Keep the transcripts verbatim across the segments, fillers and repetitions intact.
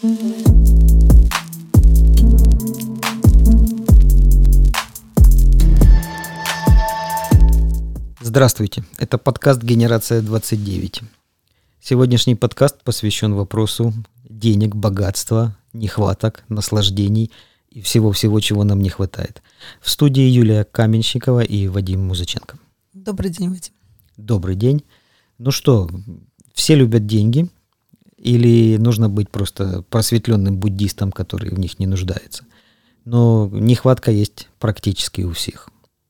Здравствуйте, это подкаст «Генерация двадцать девять». Сегодняшний подкаст посвящен вопросу денег, богатства, нехваток, наслаждений и всего-всего, чего нам не хватает. В студии Юлия Каменщикова и Вадим Музыченко. Добрый день, Вадим. Добрый день. Ну что, все любят деньги или нужно быть просто просветленным буддистом, который в них не нуждается? Но нехватка есть практически у всех.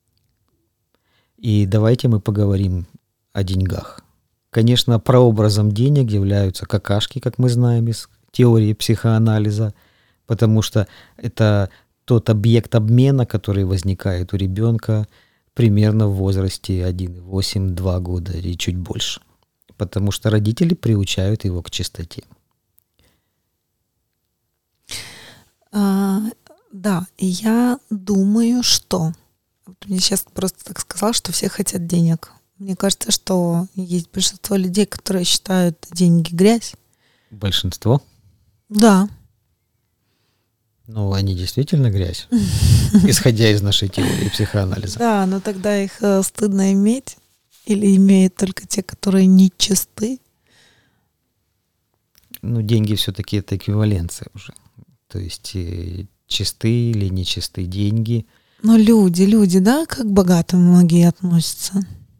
И давайте мы поговорим о деньгах. Конечно, прообразом денег являются какашки, как мы знаем из теории психоанализа, потому что это тот объект обмена, который возникает у ребенка примерно в возрасте один и восемь - два года и чуть больше, потому что родители приучают его к чистоте. А, да, и я думаю, что... Вот мне сейчас просто так сказал, что все хотят денег. Мне кажется, что есть большинство людей, которые считают деньги грязь. Большинство? Да. Ну, они действительно грязь, исходя из нашей теории психоанализа. Да, но тогда их э, стыдно иметь. Или имеют только те, которые нечисты. Ну, деньги все-таки это эквиваленция уже. То есть э, чистые или нечистые деньги. Но люди, люди, да, как к богатым многие относятся?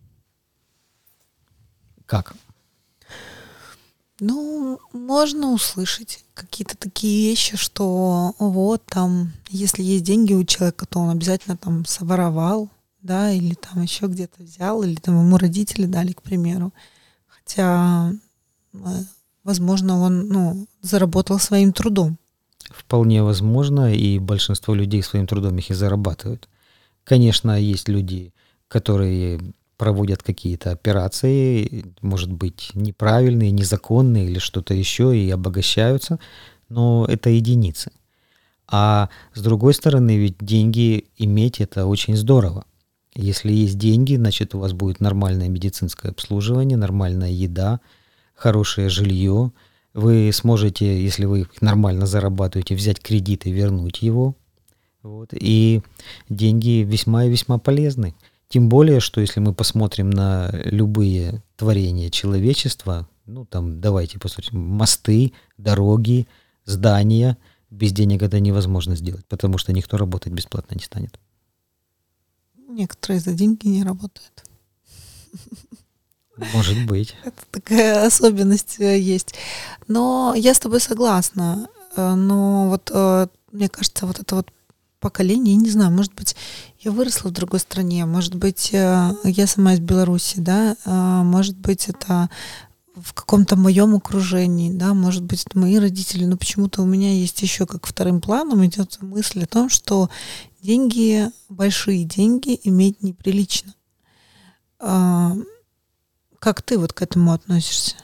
Как? Ну, можно услышать какие-то такие вещи, что вот там, если есть деньги у человека, то он обязательно там своровал, да, или там еще где-то взял, или там ему родители дали, к примеру. Хотя, возможно, он, ну, заработал своим трудом. Вполне возможно, и большинство людей своим трудом их и зарабатывают. Конечно, есть люди, которые проводят какие-то операции, может быть, неправильные, незаконные или что-то еще, и обогащаются, но это единицы. А с другой стороны, ведь деньги иметь — это очень здорово. Если есть деньги, значит, у вас будет нормальное медицинское обслуживание, нормальная еда, хорошее жилье. Вы сможете, если вы нормально зарабатываете, взять кредит и вернуть его. Вот. И деньги весьма и весьма полезны. Тем более, что если мы посмотрим на любые творения человечества, ну там давайте посмотрим, мосты, дороги, здания, без денег это невозможно сделать, потому что никто работать бесплатно не станет. Некоторые за деньги не работают. Может быть. Это такая особенность есть. Но я с тобой согласна. Но вот мне кажется, вот это вот поколение, я не знаю, может быть, я выросла в другой стране, может быть, я сама из Беларуси, да, может быть, это в каком-то моем окружении, да, может быть, это мои родители, но почему-то у меня есть еще как вторым планом идет мысль о том, что деньги, большие деньги иметь неприлично. Как ты вот к этому относишься?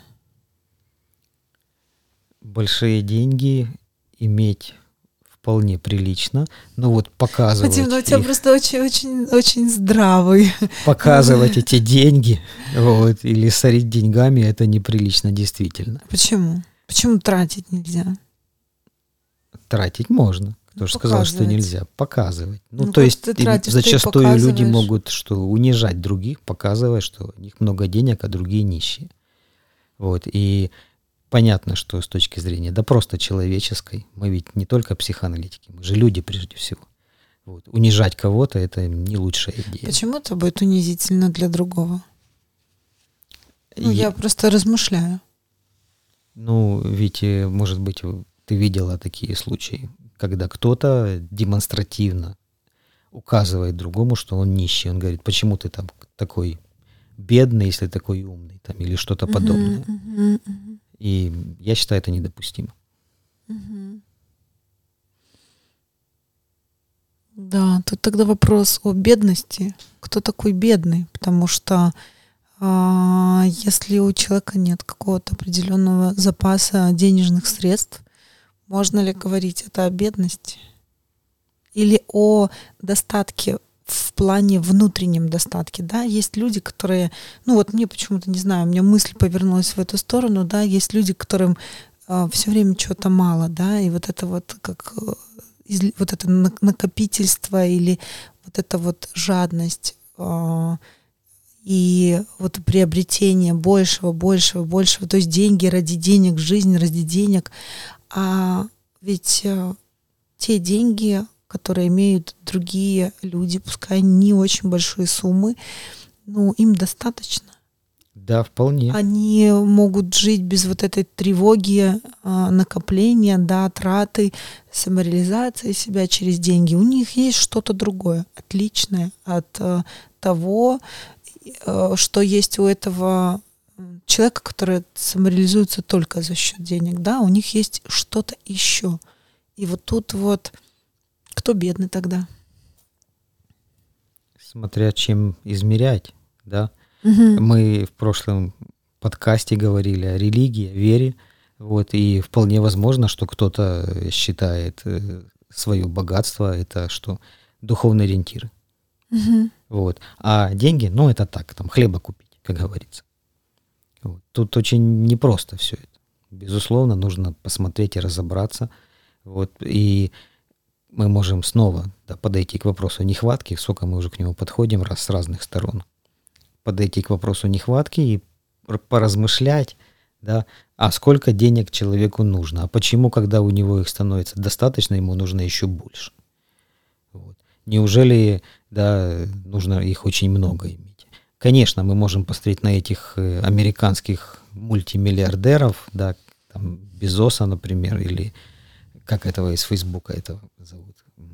Большие деньги иметь вполне прилично, но вот показывать Вадим, ну у тебя их, просто очень-очень здравый. показывать эти деньги, вот, или сорить деньгами, это неприлично действительно. Почему? Почему тратить нельзя? Тратить можно. Кто же сказал, что нельзя? Показывать. Ну, Ну, то как есть ты тратишь, зачастую ты люди показываешь. могут что, унижать других, показывая, что у них много денег, а другие нищие. Вот. И понятно, что с точки зрения, да просто человеческой, мы ведь не только психоаналитики, мы же люди прежде всего. Вот. Унижать кого-то — это не лучшая идея. Почему это будет унизительно для другого? Ну, И- я просто размышляю. Ну, ведь, э, может быть, ты видела такие случаи, когда кто-то демонстративно указывает другому, что он нищий. Он говорит, почему ты там такой бедный, если такой умный, там, или что-то подобное. Мгм, мгм, мгм, И я считаю, это недопустимо. мгм. Да, тут тогда вопрос о бедности. Кто такой бедный? Потому что а, если у человека нет какого-то определенного запаса денежных средств, можно ли говорить это о бедности? Или о достатке в плане внутреннем достатке, да, есть люди, которые, ну вот мне почему-то, не знаю, у меня мысль повернулась в эту сторону, да, есть люди, которым все время чего-то мало, да, и вот это вот как э, из- вот это на- накопительство или вот эта вот жадность а, и вот приобретение большего, большего, большего, то есть деньги ради денег, жизнь ради денег, а ведь э, те деньги, которые имеют другие люди, пускай не очень большие суммы, ну, им достаточно. Да, вполне. Они могут жить без вот этой тревоги, а, накопления, да, траты, самореализации себя через деньги. У них есть что-то другое, отличное от э, того, э, что есть у этого м, человека, который самореализуется только за счет денег. Да, у них есть что-то еще. И вот тут вот кто бедный тогда? Смотря чем измерять, да. Мгм. Мы в прошлом подкасте говорили о религии, о вере, вот, и вполне возможно, что кто-то считает свое богатство это что духовные ориентиры, Мгм. вот, а деньги, ну это так, там хлеба купить, как говорится. Вот. Тут очень непросто все это. Безусловно, нужно посмотреть и разобраться, вот, и мы можем снова да, подойти к вопросу нехватки, сколько мы уже к нему подходим раз с разных сторон. Подойти к вопросу нехватки и р- поразмышлять, да, а сколько денег человеку нужно, а почему, когда у него их становится достаточно, ему нужно еще больше. Вот. Неужели, да, нужно их очень много иметь? Конечно, мы можем посмотреть на этих э, американских мультимиллиардеров, да, там Безоса, например, или как этого из Фейсбука этого зовут? М,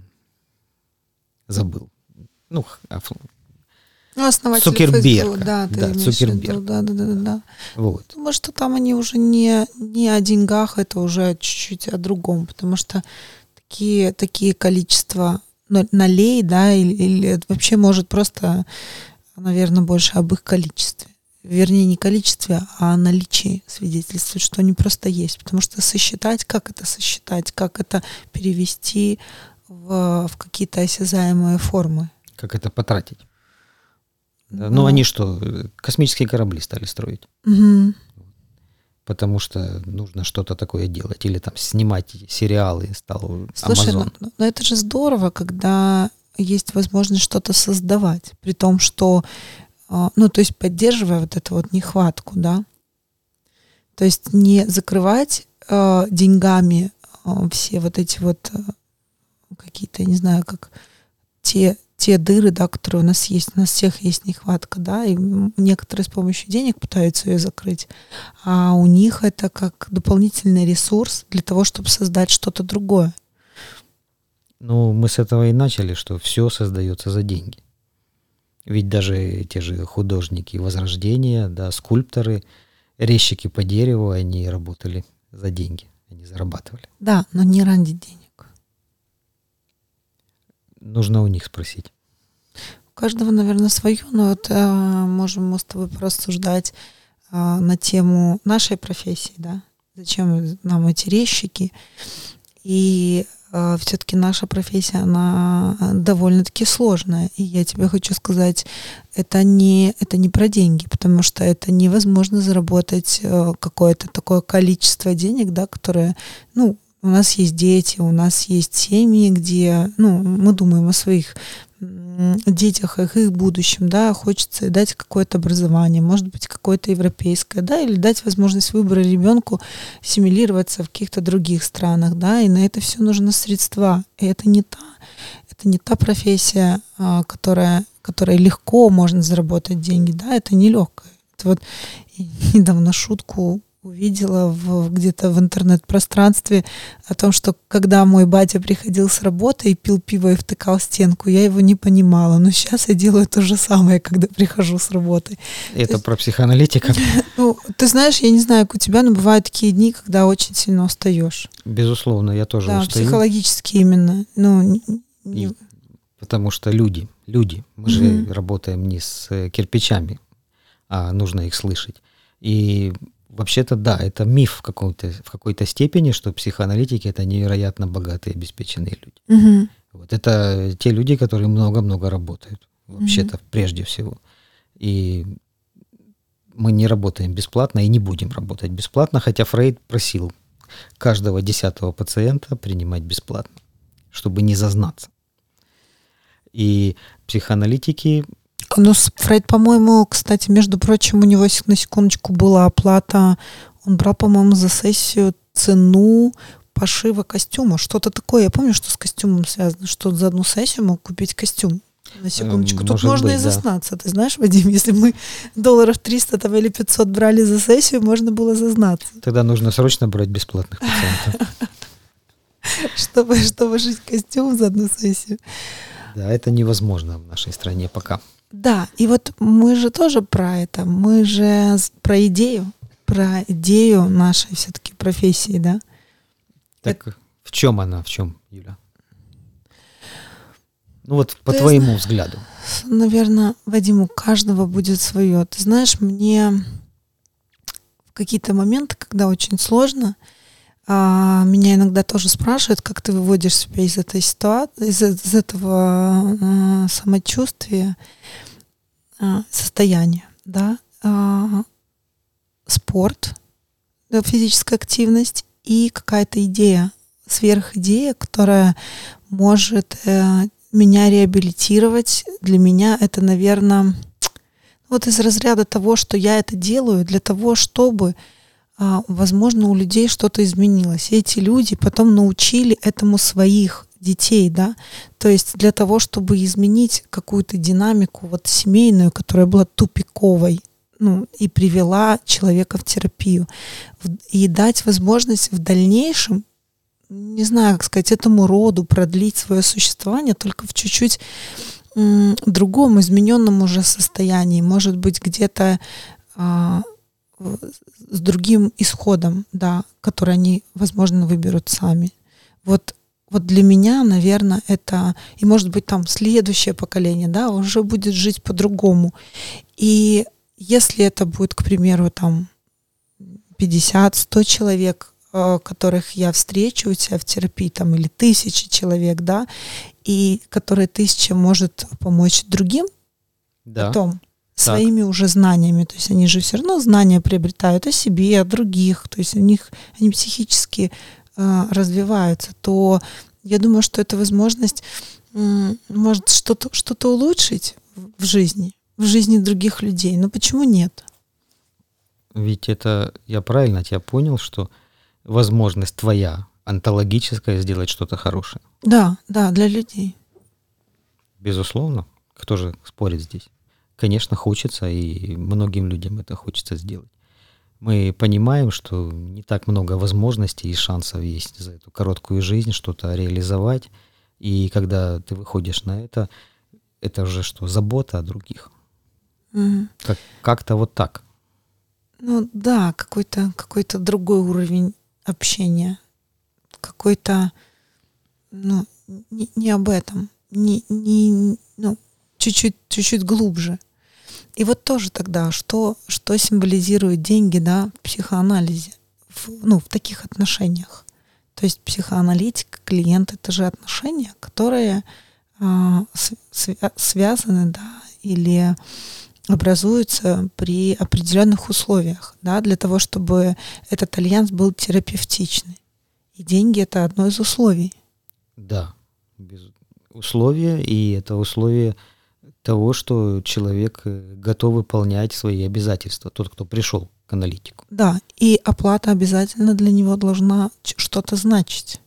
Забыл. Ну, х- а ф- Ну, основатель Цукерберга. Фейсбука, да, ты Да, имеешь в виду, Цукерберг. да, да, да, да, да. Вот. Думаю, что там они уже не, не о деньгах, это уже чуть-чуть о другом, потому что такие, такие количества но- нолей, да, или, или это вообще может просто, наверное, больше об их количестве. Вернее, не количестве, а о наличии свидетельствует, что они просто есть. Потому что сосчитать, как это сосчитать, как это перевести в, в какие-то осязаемые формы. Как это потратить? Да, ну, Ну, они что, э, космические корабли стали строить, мгм. потому что нужно что-то такое делать. Или там снимать сериалы стал Слушай, ну, Amazon. ну, ну это же здорово, когда есть возможность что-то создавать, при том, что, а, ну, то есть поддерживая вот эту вот нехватку, да, то есть не закрывать а, деньгами а, все вот эти вот а, какие-то, я не знаю, как те, те дыры, да, которые у нас есть, у нас всех есть нехватка, да, и м, некоторые с помощью денег пытаются ее закрыть, а у них это как дополнительный ресурс для того, чтобы создать что-то другое. Ну, мы с этого и начали, что все создается за деньги. Ведь даже те же художники Возрождения, да, скульпторы, резчики по дереву, они работали за деньги, они зарабатывали. Да, но не ради денег. Нужно у них спросить. У каждого, наверное, свое, но вот э, можем мы с тобой порассуждать э, на тему нашей профессии, да, зачем нам эти резчики. И э, все-таки наша профессия, она э, довольно-таки сложная. И я тебе хочу сказать, это не, это не про деньги, потому что это невозможно заработать э, какое-то такое количество денег, да, которое, ну, у нас есть дети, у нас есть семьи, где, ну, мы думаем о своих м, детях, их, их будущем, да, хочется дать какое-то образование, может быть, какое-то европейское, да, или дать возможность выбора ребенку ассимилироваться в каких-то других странах, да, и на это все нужны средства. И это не та, это не та профессия, а, которая, которой легко можно заработать деньги, да, это нелегкая. Это вот я недавно шутку увидела в, где-то в интернет-пространстве о том, что когда мой батя приходил с работы и пил пиво и втыкал в стенку, я его не понимала. Но сейчас я делаю то же самое, когда прихожу с работы. Это есть- про психоаналитика? Ну, ты знаешь, я не знаю, как у тебя, но бывают такие дни, когда очень сильно устаешь. Безусловно, я тоже Да, устаю. психологически именно. Ну, не- не- И потому что люди, люди, мы же Мгм. работаем не с э, кирпичами, а нужно их слышать. И вообще-то, да, это миф в, каком-то, в какой-то степени, что психоаналитики — это невероятно богатые, обеспеченные люди. Мгм. Вот это те люди, которые много-много работают, Мгм. вообще-то, прежде всего. И мы не работаем бесплатно и не будем работать бесплатно, хотя Фрейд просил каждого десятого пациента принимать бесплатно, чтобы не зазнаться. И психоаналитики... Ну, Фрейд, по-моему, кстати, между прочим, у него, на секундочку, была оплата, он брал, по-моему, за сессию цену пошива костюма, что-то такое. Я помню, что с костюмом связано, что за одну сессию мог купить костюм. На секундочку. Тут Может можно быть, и да. зазнаться. Ты знаешь, Вадим, если мы долларов триста там, или пятьсот брали за сессию, можно было зазнаться. Тогда нужно срочно брать бесплатных пациентов. Чтобы, чтобы шить костюм за одну сессию. Да, это невозможно в нашей стране пока. Да, и вот мы же тоже про это. Мы же про идею, про идею нашей все-таки профессии, да? Так это... в чем она, в чем, Юля? Ну вот по Ты твоему знаешь, взгляду. Наверное, Вадим, у каждого будет свое. Ты знаешь, мне в какие-то моменты, когда очень сложно, а, меня иногда тоже спрашивают, как ты выводишь себя из этой ситуации, из, из этого а, самочувствия, а, состояния, да? А, спорт, да, физическая активность и какая-то идея, сверхидея, которая может э, меня реабилитировать. Для меня это, наверное, вот из разряда того, что я это делаю для того, чтобы, а, возможно, у людей что-то изменилось. И эти люди потом научили этому своих детей, да, то есть для того, чтобы изменить какую-то динамику вот семейную, которая была тупиковой, ну, и привела человека в терапию, и дать возможность в дальнейшем, не знаю, как сказать, этому роду продлить свое существование только в чуть-чуть м, другом, измененном уже состоянии, может быть, где-то а, с другим исходом, да, который они, возможно, выберут сами. Вот, вот для меня, наверное, это, и может быть, там следующее поколение, да, уже будет жить по-другому. И если это будет, к примеру, там пятьдесят-сто человек, которых я встречу у тебя в терапии, там, или тысячи человек, да, и которые тысяча может помочь другим, Да. потом Так. своими уже знаниями, то есть они же все равно знания приобретают о себе, о других, то есть у них они психически э, развиваются, то я думаю, что это возможность э, может что-то, что-то улучшить в жизни, в жизни других людей. Но почему нет? Ведь это, я правильно тебя понял, что возможность твоя онтологическая сделать что-то хорошее. Да, да, для людей. Безусловно. Кто же спорит здесь? Конечно, хочется, и многим людям это хочется сделать. Мы понимаем, что не так много возможностей и шансов есть за эту короткую жизнь что-то реализовать. И когда ты выходишь на это, это уже что, забота о других. Mm. Как, как-то вот так. Ну да, какой-то, какой-то другой уровень общения. Какой-то, ну, не, не об этом. Не, не, ну, чуть-чуть, чуть-чуть глубже. И вот тоже тогда, что, что символизируют деньги, да, в психоанализе, в, ну, в таких отношениях. То есть психоаналитик, клиент — это же отношения, которые э, св- связаны, да, или образуются при определенных условиях, да, для того, чтобы этот альянс был терапевтичный. И деньги — это одно из условий. Да, без условия, и это условие того, что человек готов выполнять свои обязательства, тот, кто пришел к аналитику. Да, и оплата обязательно для него должна что-то значить.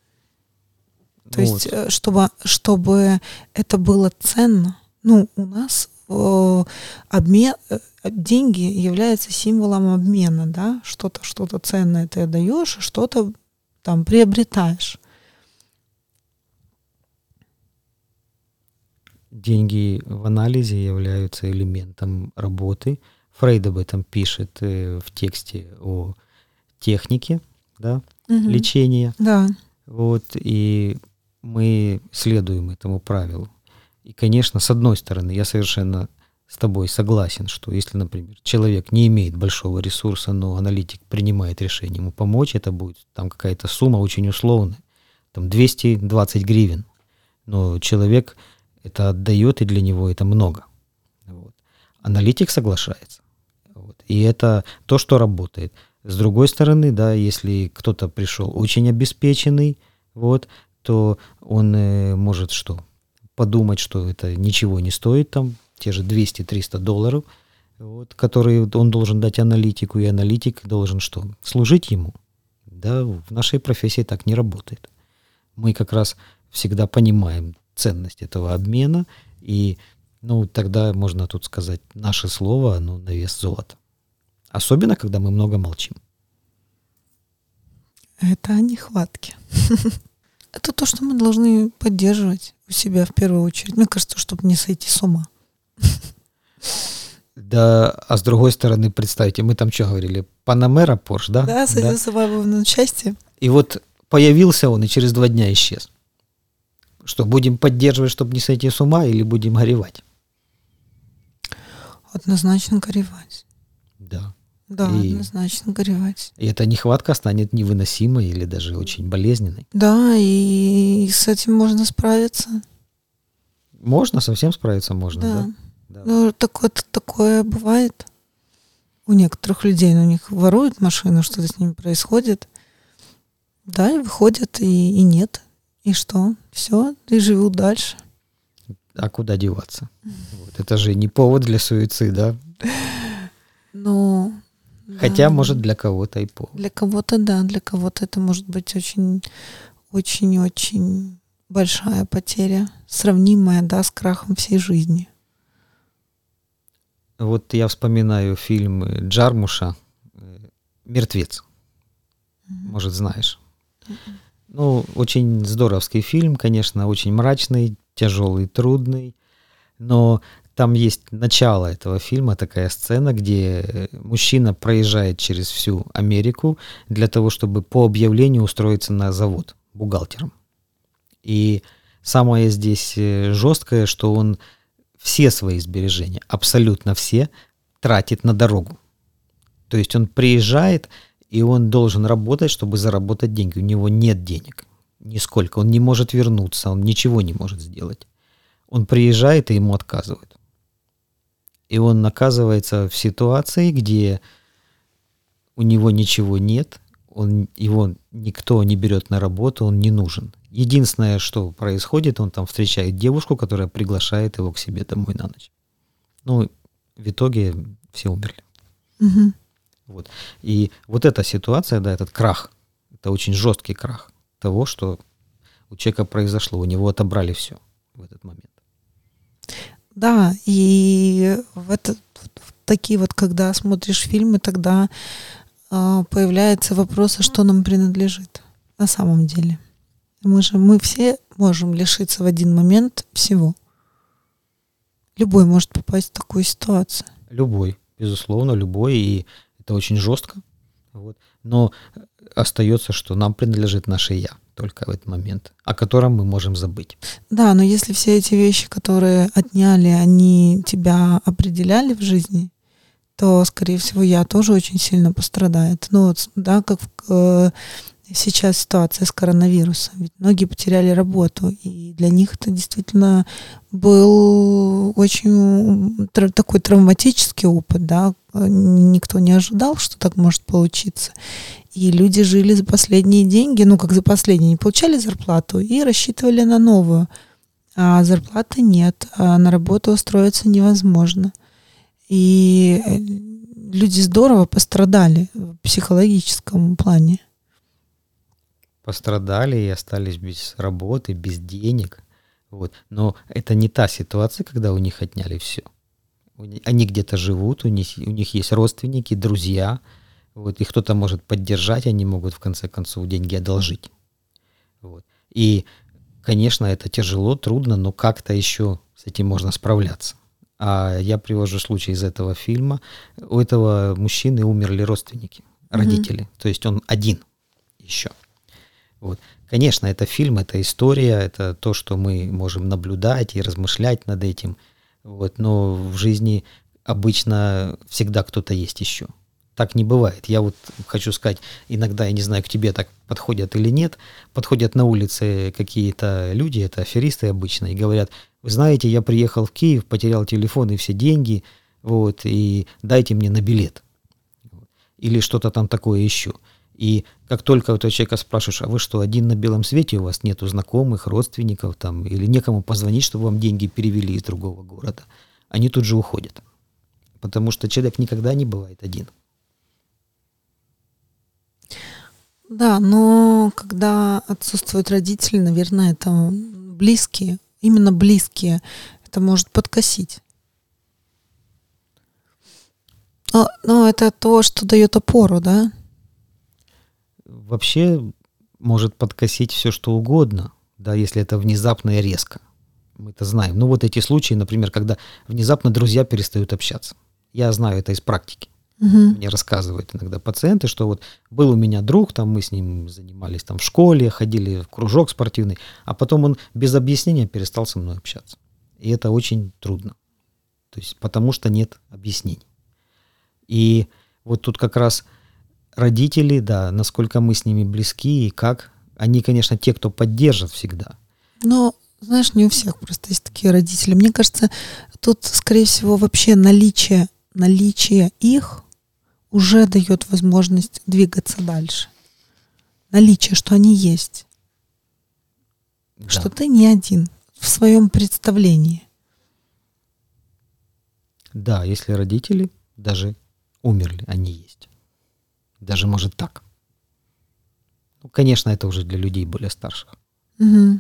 То Ну есть, вот. чтобы, чтобы это было ценно. Ну, у нас э, обмен, э, деньги являются символом обмена, да, что-то, что-то ценное ты отдаешь, что-то там приобретаешь. Деньги в анализе являются элементом работы. Фрейд об этом пишет в тексте о технике, да, Угу. лечения. Да. Вот, и мы следуем этому правилу. И, конечно, с одной стороны, я совершенно с тобой согласен, что если, например, человек не имеет большого ресурса, но аналитик принимает решение ему помочь, это будет там какая-то сумма очень условная, там двести двадцать гривен. Но человек это отдает, и для него это много. Вот. Аналитик соглашается. Вот. И это то, что работает. С другой стороны, да, если кто-то пришел очень обеспеченный, вот, то он э, может что? Подумать, что это ничего не стоит, там, те же двести-триста долларов, вот, которые он должен дать аналитику, и аналитик должен что? Служить ему. Да, в нашей профессии так не работает. Мы как раз всегда понимаем ценность этого обмена, и ну, тогда можно тут сказать, наше слово, оно на вес золота. Особенно, когда мы много молчим. Это о нехватке. Это то, что мы должны поддерживать у себя в первую очередь. Мне кажется, чтобы не сойти с ума. Да, а с другой стороны, представьте, мы там что говорили? Панамера, Порш, да? Да, сойти с ума на части. И вот появился он и через два дня исчез. Что, будем поддерживать, чтобы не сойти с ума, или будем горевать? Однозначно горевать. Да. Да, и, однозначно горевать. И эта нехватка станет невыносимой или даже очень болезненной. Да, и с этим можно справиться. Можно, совсем справиться можно, да? Да. да. Ну, такое, такое бывает у некоторых людей. У них воруют машину, что-то с ними происходит. Да, и выходят, и, и нет. И что? Все, и живут дальше. А куда деваться? Вот. Это же не повод для суицида. Ну, хотя, да. может, для кого-то и повод. Для кого-то, да, для кого-то это может быть очень, очень, очень большая потеря, сравнимая, да, с крахом всей жизни. Вот я вспоминаю фильм Джармуша «Мертвец». Mm-hmm. Может, знаешь. Mm-hmm. Ну, очень здоровский фильм, конечно, очень мрачный, тяжелый, трудный, но там есть начало этого фильма, такая сцена, где мужчина проезжает через всю Америку для того, чтобы по объявлению устроиться на завод бухгалтером. И самое здесь жесткое, что он все свои сбережения, абсолютно все, тратит на дорогу. То есть он приезжает, и он должен работать, чтобы заработать деньги. У него нет денег, нисколько. Он не может вернуться, он ничего не может сделать. Он приезжает, и ему отказывают. И он оказывается в ситуации, где у него ничего нет, он, его никто не берет на работу, он не нужен. Единственное, что происходит, он там встречает девушку, которая приглашает его к себе домой на ночь. Ну, в итоге все умерли. Угу. Вот. И вот эта ситуация, да, этот крах, это очень жесткий крах того, что у человека произошло, у него отобрали все в этот момент. Да, и в, этот, в такие вот, когда смотришь фильмы, тогда э, появляется вопрос, а что нам принадлежит на самом деле. Мы же, мы все можем лишиться в один момент всего. Любой может попасть в такую ситуацию. Любой, безусловно, любой, и это очень жестко. Вот. Но остается, что нам принадлежит наше «я» только в этот момент, о котором мы можем забыть. Да, но если все эти вещи, которые отняли, они тебя определяли в жизни, то, скорее всего, «я» тоже очень сильно пострадает. Ну вот, да, как э, сейчас ситуация с коронавирусом. Ведь многие потеряли работу, и для них это действительно был очень тр- такой травматический опыт, да. Никто не ожидал, что так может получиться. И люди жили за последние деньги, ну как за последние, не получали зарплату и рассчитывали на новую. А зарплаты нет, а на работу устроиться невозможно. И люди здорово пострадали в психологическом плане. Пострадали и остались без работы, без денег. Вот. Но это не та ситуация, когда у них отняли все. Они где-то живут, у них, у них есть родственники, друзья. Вот, их кто-то может поддержать, они могут в конце концов деньги одолжить. Вот. И, конечно, это тяжело, трудно, но как-то еще с этим можно справляться. А я привожу случай из этого фильма. У этого мужчины умерли родственники, родители. Mm-hmm. То есть он один еще. Вот. Конечно, это фильм, это история, это то, что мы можем наблюдать и размышлять над этим. Вот. Но в жизни обычно всегда кто-то есть еще. Так не бывает. Я вот хочу сказать, иногда, я не знаю, к тебе так подходят или нет, подходят на улице какие-то люди, это аферисты обычно, и говорят: вы знаете, я приехал в Киев, потерял телефон и все деньги, вот, и дайте мне на билет. или что-то там такое еще. И как только у этого человека спрашиваешь, а вы что, один на белом свете, у вас нету знакомых, родственников там, или некому позвонить, чтобы вам деньги перевели из другого города, они тут же уходят. Потому что человек никогда не бывает один. Да, но когда отсутствуют родители, наверное, это близкие, именно близкие, это может подкосить. Но, но это то, что дает опору, да? Вообще может подкосить все, что угодно, да, если это внезапно и резко. Мы это знаем. Ну вот эти случаи, например, когда внезапно друзья перестают общаться. Я знаю это из практики. Угу. Мне рассказывают иногда пациенты, что вот был у меня друг, там мы с ним занимались там в школе, ходили в кружок спортивный, а потом он без объяснения перестал со мной общаться. И это очень трудно. То есть потому что нет объяснений. И вот тут как раз родители, да, насколько мы с ними близки и как, они, конечно, те, кто поддержат всегда. Но, знаешь, не у всех просто есть такие родители. Мне кажется, тут, скорее всего, вообще наличие, наличие их уже дает возможность двигаться дальше. Наличие, что они есть. Да. Что ты не один в своем представлении. Да, если родители даже умерли, они есть. Даже может так. Ну, конечно, это уже для людей более старших. Угу.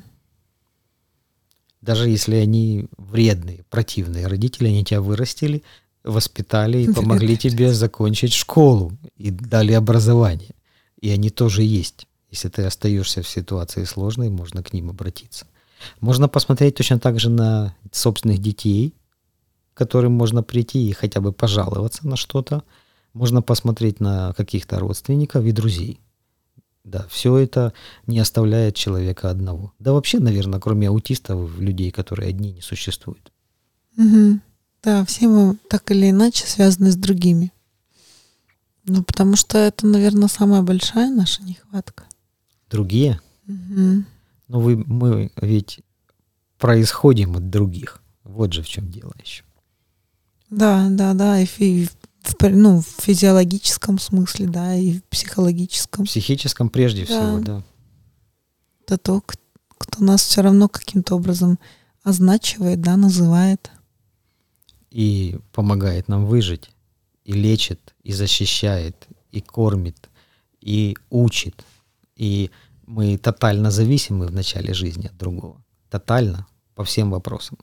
Даже если они вредные, противные родители, они тебя вырастили, воспитали и помогли тебе закончить школу и дали образование. И они тоже есть. Если ты остаешься в ситуации сложной, можно к ним обратиться. Можно посмотреть точно так же на собственных детей, к которым можно прийти и хотя бы пожаловаться на что-то. Можно посмотреть на каких-то родственников и друзей. Да, все это не оставляет человека одного. Да вообще, наверное, кроме аутистов, людей, которые одни, не существует. Угу. Да, все мы так или иначе связаны с другими. Ну, потому что это, наверное, самая большая наша нехватка. Другие? Угу. Но вы, мы ведь происходим от других. Вот же в чем дело еще. Да, да, да, и фи- в, ну, в физиологическом смысле, да, и в психологическом. В психическом прежде Да. всего, да. Это то, к- кто нас все равно каким-то образом означивает, да, называет. И помогает нам выжить, и лечит, и защищает, и кормит, и учит. И мы тотально зависимы в начале жизни от другого. Тотально, по всем вопросам.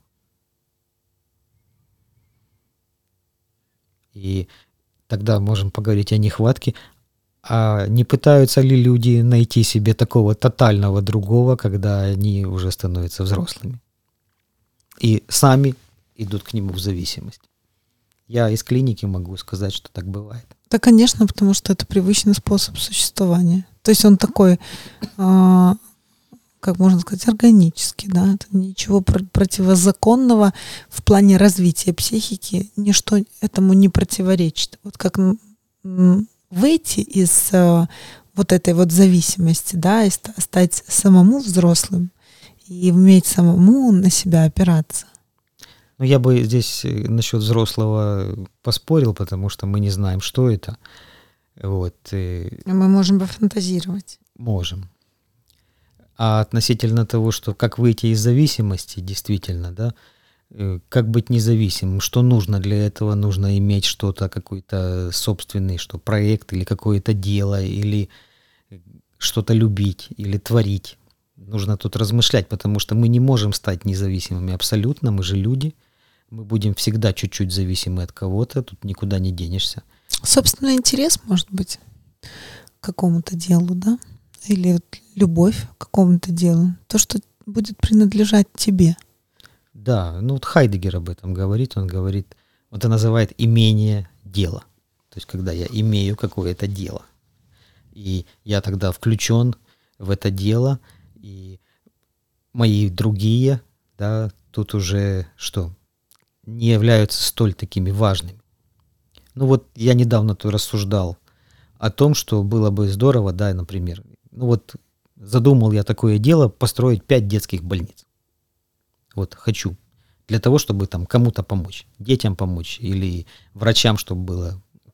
И тогда можем поговорить о нехватке. А не пытаются ли люди найти себе такого тотального другого, когда они уже становятся взрослыми? И сами идут к нему в зависимость. Я из клиники могу сказать, что так бывает. Да, конечно, потому что это привычный способ существования. То есть он такой, а, как можно сказать, органический, да, это ничего пр- противозаконного в плане развития психики, ничто этому не противоречит. Вот как м, м, выйти из а, вот этой вот зависимости, да, и ста- стать самому взрослым и уметь самому на себя опираться. Но я бы здесь э, насчет взрослого поспорил, потому что мы не знаем, что это. Вот, и Мы можем пофантазировать. можем. А относительно того, что как выйти из зависимости, действительно, да, э, как быть независимым, что нужно для этого? Нужно иметь что-то, какой-то собственный, что проект или какое-то дело, или что-то любить, или творить. Нужно тут размышлять, потому что мы не можем стать независимыми абсолютно, мы же люди. Мы будем всегда чуть-чуть зависимы от кого-то, тут никуда не денешься. Собственный интерес, может быть, к какому-то делу, да? Или вот любовь к какому-то делу. То, что будет принадлежать тебе. Да, ну вот Хайдеггер об этом говорит, он говорит, он это называет имение дела. То есть когда я имею какое-то дело, и я тогда включен в это дело, и мои другие, да, тут уже что, не являются столь такими важными. Ну вот я недавно тут рассуждал о том, что было бы здорово, да, например, ну вот задумал я такое дело построить пять детских больниц. Вот хочу. Для того, чтобы там кому-то помочь, детям помочь или врачам, чтобы было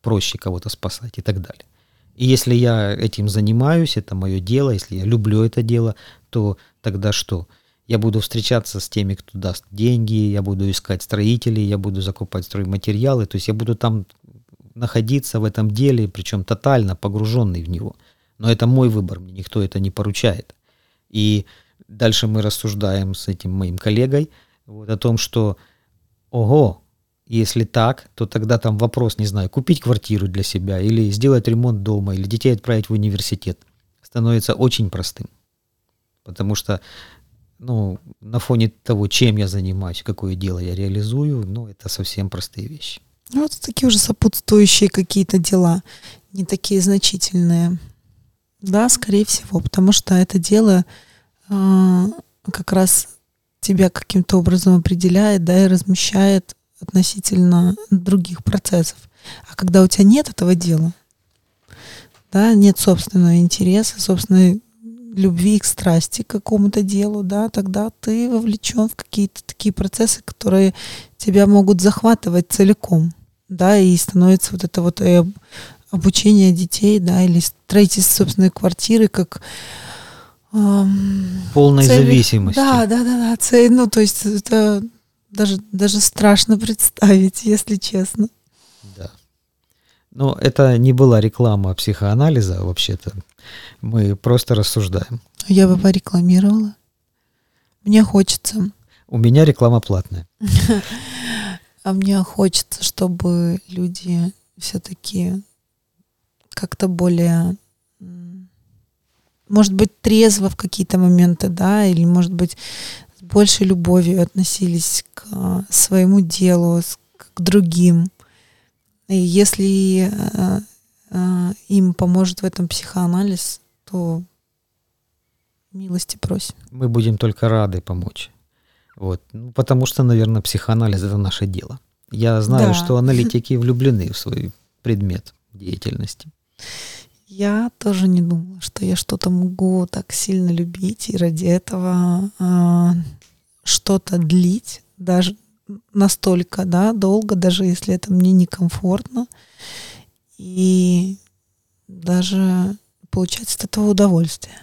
проще кого-то спасать и так далее. И если я этим занимаюсь, это мое дело, если я люблю это дело, то тогда что? Я буду встречаться с теми, кто даст деньги, я буду искать строителей, я буду закупать стройматериалы, то есть я буду там находиться в этом деле, причем тотально погруженный в него. Но это мой выбор, мне никто это не поручает. И дальше мы рассуждаем с этим моим коллегой вот, о том, что ого, если так, то тогда там вопрос, не знаю, купить квартиру для себя или сделать ремонт дома, или детей отправить в университет, становится очень простым. Потому что ну, на фоне того, чем я занимаюсь, какое дело я реализую, ну, это совсем простые вещи. Ну, вот такие уже сопутствующие какие-то дела, не такие значительные. Да, скорее всего, потому что это дело э, как раз тебя каким-то образом определяет, да, и размещает относительно других процессов. А когда у тебя нет этого дела, да, нет собственного интереса, собственной любви к страсти, к какому-то делу, да, тогда ты вовлечен в какие-то такие процессы, которые тебя могут захватывать целиком, да, и становится вот это вот э, обучение детей, да, или строительство собственной квартиры как эм, полной цель, зависимости. Да, да, да, да, цель, ну, то есть это даже, даже страшно представить, если честно. Да. Но это не была реклама психоанализа, вообще-то. Мы просто рассуждаем. Я бы порекламировала. Мне хочется. У меня реклама платная. А мне хочется, чтобы люди все-таки как-то более, может быть, трезво в какие-то моменты, да, или, может быть, с большей любовью относились к своему делу, к другим. И если э, э, им поможет в этом психоанализ, то милости просим. Мы будем только рады помочь. Вот. Ну, потому что, наверное, психоанализ — это наше дело. Я знаю, Да. что аналитики влюблены в свой предмет деятельности. Я тоже не думала, что я что-то могу так сильно любить и ради этого э, что-то длить, даже настолько, да, долго, даже если это мне некомфортно, и даже получать от этого удовольствие.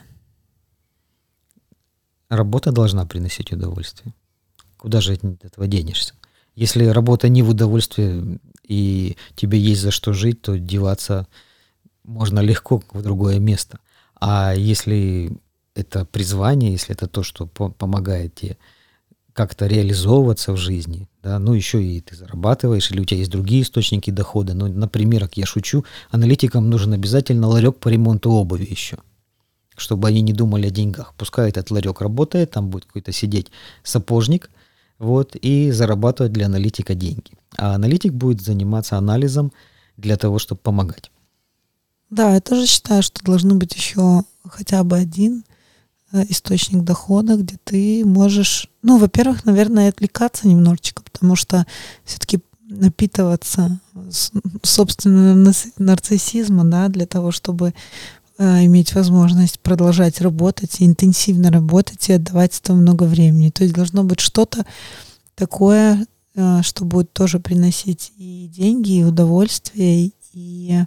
Работа должна приносить удовольствие. Куда же от этого денешься? Если работа не в удовольствие и тебе есть за что жить, то деваться можно легко в другое место. А если это призвание, если это то, что по- помогает тебе как-то реализовываться в жизни, да, ну еще и ты зарабатываешь, или у тебя есть другие источники дохода. Ну, например, как я шучу, аналитикам нужен обязательно ларек по ремонту обуви еще, чтобы они не думали о деньгах. Пускай этот ларек работает, там будет какой-то сидеть сапожник, вот, и зарабатывать для аналитика деньги. А аналитик будет заниматься анализом для того, чтобы помогать. Да, я тоже считаю, что должны быть еще хотя бы один источник дохода, где ты можешь, ну, во-первых, наверное, отвлекаться немножечко, потому что все-таки напитываться собственным нарциссизмом, да, для того, чтобы э, иметь возможность продолжать работать, и интенсивно работать и отдавать этому много времени. То есть должно быть что-то такое, э, что будет тоже приносить и деньги, и удовольствие, и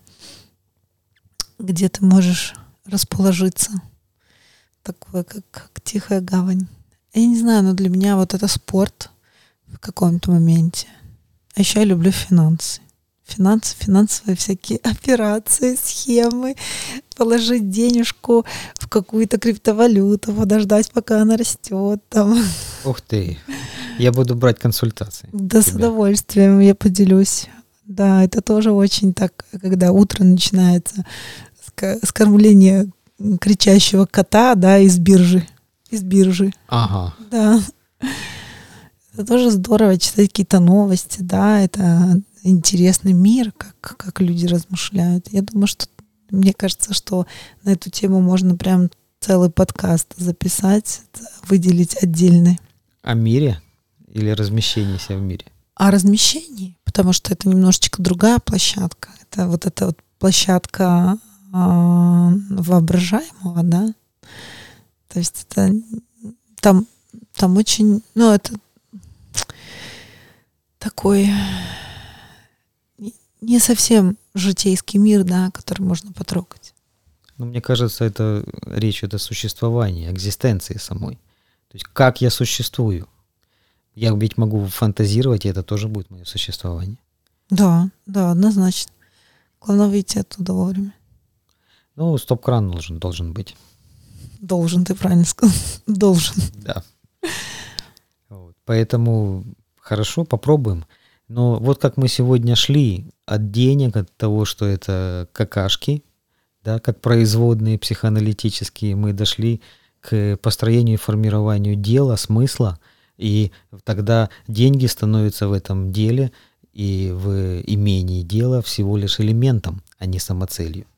где ты можешь расположиться. Такое, как, как тихая гавань. Я не знаю, но для меня вот это спорт в каком-то моменте. А еще я люблю финансы. Финансы, финансовые всякие операции, схемы, положить денежку в какую-то криптовалюту, подождать, пока она растет. Там. Ух ты, я буду брать консультации. Да, с удовольствием я поделюсь. Да, это тоже очень так, когда утро начинается с кормления кричащего кота, да, из биржи. Из биржи. Ага. Да. Это тоже здорово читать какие-то новости, да, это интересный мир, как, как люди размышляют. Я думаю, что, мне кажется, что на эту тему можно прям целый подкаст записать, выделить отдельный. О мире или размещении себя в мире? О размещении, потому что это немножечко другая площадка. Это вот эта вот площадка воображаемого, да. То есть это там, там очень, ну, это такой не совсем житейский мир, да, который можно потрогать. Ну, мне кажется, это речь идет о существовании, экзистенции самой. То есть как я существую. Я ведь могу фантазировать, и это тоже будет мое существование. Да, да, однозначно. Главное выйти оттуда вовремя. Ну, стоп-кран должен, должен быть. Должен, ты правильно сказал. Должен. Да. Вот. Поэтому хорошо, попробуем. Но вот как мы сегодня шли от денег, от того, что это какашки, да, как производные психоаналитические, мы дошли к построению и формированию дела, смысла, и тогда деньги становятся в этом деле и в имении дела всего лишь элементом, а не самоцелью.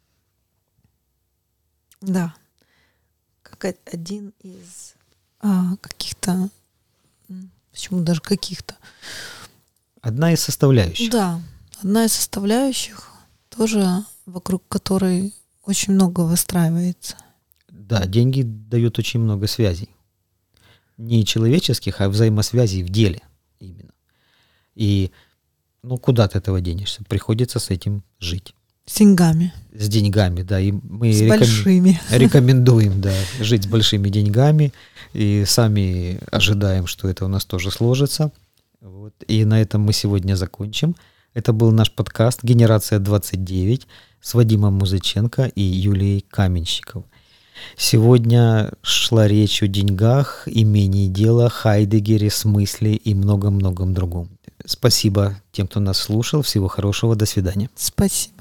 Да. Как один из а, каких-то, почему даже каких-то? Одна из составляющих. Да, одна из составляющих, тоже вокруг которой очень много выстраивается. Да, деньги дают очень много связей. Не человеческих, а взаимосвязей в деле именно. И ну куда ты этого денешься? Приходится с этим жить. С деньгами. С деньгами, да. И мы с рекомен... большими. рекомендуем, да, жить с большими деньгами. И сами ожидаем, что это у нас тоже сложится. Вот. И на этом мы сегодня закончим. Это был наш подкаст «Генерация двадцать девять» с Вадимом Музыченко и Юлией Каменщиковой. Сегодня шла речь о деньгах, имении дела, Хайдегере, смысле и многом-многом другом. Спасибо тем, кто нас слушал. Всего хорошего. До свидания. Спасибо.